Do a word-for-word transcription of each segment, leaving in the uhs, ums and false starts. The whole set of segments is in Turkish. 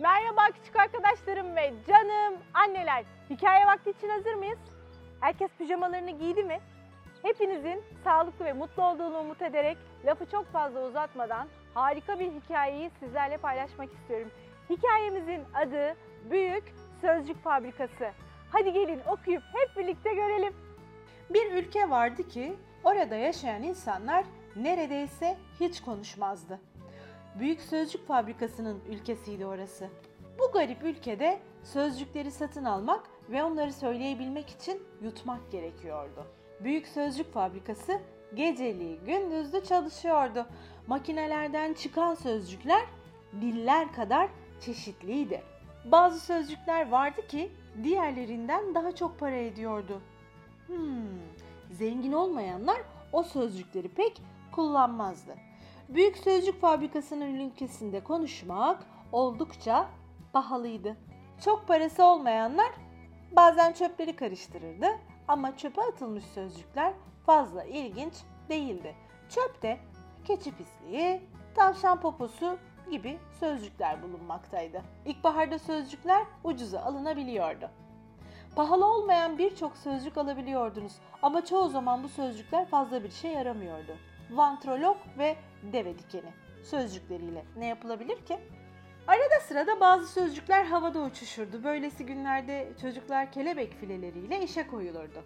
Merhaba küçük arkadaşlarım ve canım anneler. Hikaye vakti için hazır mıyız? Herkes pijamalarını giydi mi? Hepinizin sağlıklı ve mutlu olduğunu umut ederek lafı çok fazla uzatmadan harika bir hikayeyi sizlerle paylaşmak istiyorum. Hikayemizin adı Büyük Sözcük Fabrikası. Hadi gelin okuyup hep birlikte görelim. Bir ülke vardı ki orada yaşayan insanlar neredeyse hiç konuşmazdı. Büyük Sözcük Fabrikası'nın ülkesiydi orası. Bu garip ülkede sözcükleri satın almak ve onları söyleyebilmek için yutmak gerekiyordu. Büyük Sözcük Fabrikası geceliği gündüzlü çalışıyordu. Makinelerden çıkan sözcükler diller kadar çeşitliydi. Bazı sözcükler vardı ki diğerlerinden daha çok para ediyordu. Hmm, zengin olmayanlar o sözcükleri pek kullanmazdı. Büyük Sözcük Fabrikası'nın ülkesinde konuşmak oldukça pahalıydı. Çok parası olmayanlar bazen çöpleri karıştırırdı ama çöpe atılmış sözcükler fazla ilginç değildi. Çöpte keçi pisliği, tavşan poposu gibi sözcükler bulunmaktaydı. İlkbaharda sözcükler ucuza alınabiliyordu. Pahalı olmayan birçok sözcük alabiliyordunuz ama çoğu zaman bu sözcükler fazla bir şey yaramıyordu. Vantrolog ve deve dikeni sözcükleriyle ne yapılabilir ki? Arada sırada bazı sözcükler havada uçuşurdu. Böylesi günlerde çocuklar kelebek fileleriyle işe koyulurdu.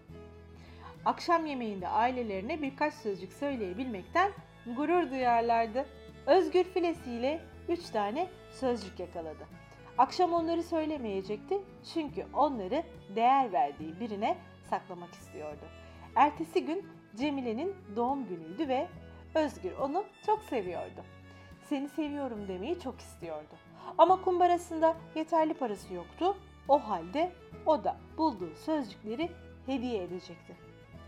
Akşam yemeğinde ailelerine birkaç sözcük söyleyebilmekten gurur duyarlardı. Özgür filesiyle üç tane sözcük yakaladı. Akşam onları söylemeyecekti çünkü onları değer verdiği birine saklamak istiyordu. Ertesi gün Cemile'nin doğum günüydü ve Özgür onu çok seviyordu. Seni seviyorum demeyi çok istiyordu. Ama kumbarasında yeterli parası yoktu. O halde o da bulduğu sözcükleri hediye edecekti.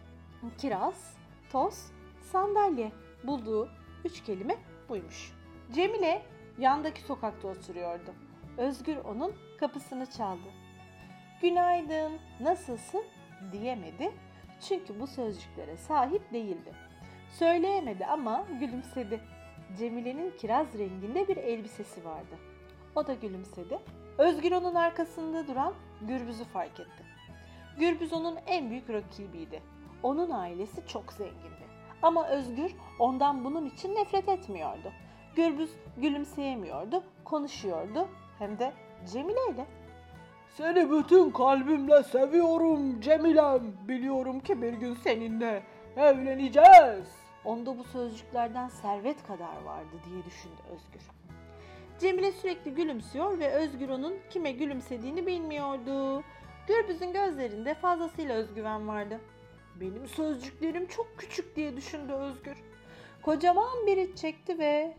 Kiraz, toz, sandalye bulduğu üç kelime buymuş. Cemile yandaki sokakta oturuyordu. Özgür onun kapısını çaldı. Günaydın, nasılsın diyemedi. Çünkü bu sözcüklere sahip değildi. Söyleyemedi ama gülümsedi. Cemile'nin kiraz renginde bir elbisesi vardı. O da gülümsedi. Özgür onun arkasında duran Gürbüz'ü fark etti. Gürbüz onun en büyük rakibiydi. Onun ailesi çok zengindi. Ama Özgür ondan bunun için nefret etmiyordu. Gürbüz gülümseyemiyordu, konuşuyordu hem de Cemile ile. Seni bütün kalbimle seviyorum Cemilem. Biliyorum ki bir gün seninle evleneceğiz. Onda bu sözcüklerden servet kadar vardı diye düşündü Özgür. Cemile sürekli gülümsüyor ve Özgür onun kime gülümsediğini bilmiyordu. Gürbüz'ün gözlerinde fazlasıyla özgüven vardı. Benim sözcüklerim çok küçük diye düşündü Özgür. Kocaman bir iç çekti ve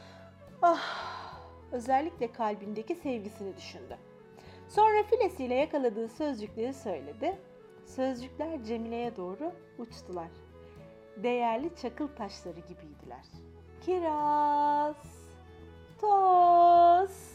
ah, özellikle kalbindeki sevgisini düşündü. Sonra filesiyle yakaladığı sözcükleri söyledi. Sözcükler Cemile'ye doğru uçtular. Değerli çakıl taşları gibiydiler. Kiraz, toz,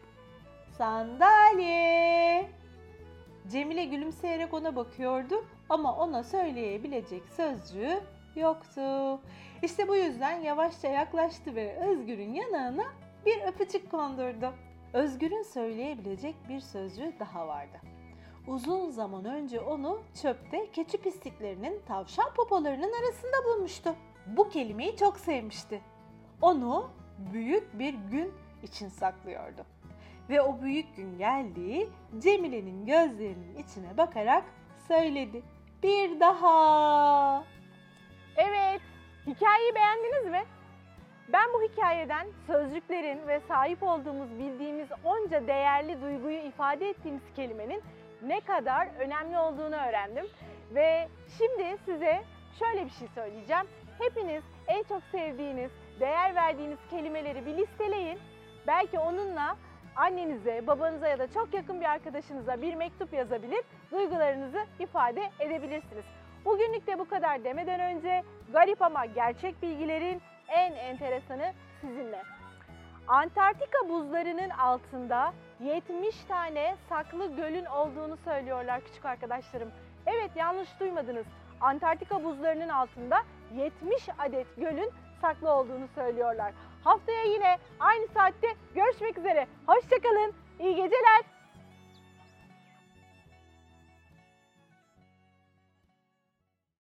sandalye. Cemile gülümseyerek ona bakıyordu ama ona söyleyebilecek sözcüğü yoktu. İşte bu yüzden yavaşça yaklaştı ve Özgür'ün yanağına bir öpücük kondurdu. Özgür'ün söyleyebilecek bir sözcüğü daha vardı. Uzun zaman önce onu çöpte keçi pisliklerinin, tavşan popolarının arasında bulmuştu. Bu kelimeyi çok sevmişti. Onu büyük bir gün için saklıyordu. Ve o büyük gün geldiği Cemile'nin gözlerinin içine bakarak söyledi. Bir daha. Evet, hikayeyi beğendiniz mi? Ben bu hikayeden sözcüklerin ve sahip olduğumuz, bildiğimiz onca değerli duyguyu ifade ettiğimiz kelimenin ne kadar önemli olduğunu öğrendim. Ve şimdi size şöyle bir şey söyleyeceğim. Hepiniz en çok sevdiğiniz, değer verdiğiniz kelimeleri bir listeleyin. Belki onunla annenize, babanıza ya da çok yakın bir arkadaşınıza bir mektup yazabilir, duygularınızı ifade edebilirsiniz. Bugünlük de bu kadar demeden önce garip ama gerçek bilgilerin en enteresanı sizinle. Antarktika buzlarının altında yetmiş tane saklı gölün olduğunu söylüyorlar küçük arkadaşlarım. Evet, yanlış duymadınız. Antarktika buzlarının altında yetmiş adet gölün saklı olduğunu söylüyorlar. Haftaya yine aynı saatte görüşmek üzere. Hoşçakalın. İyi geceler.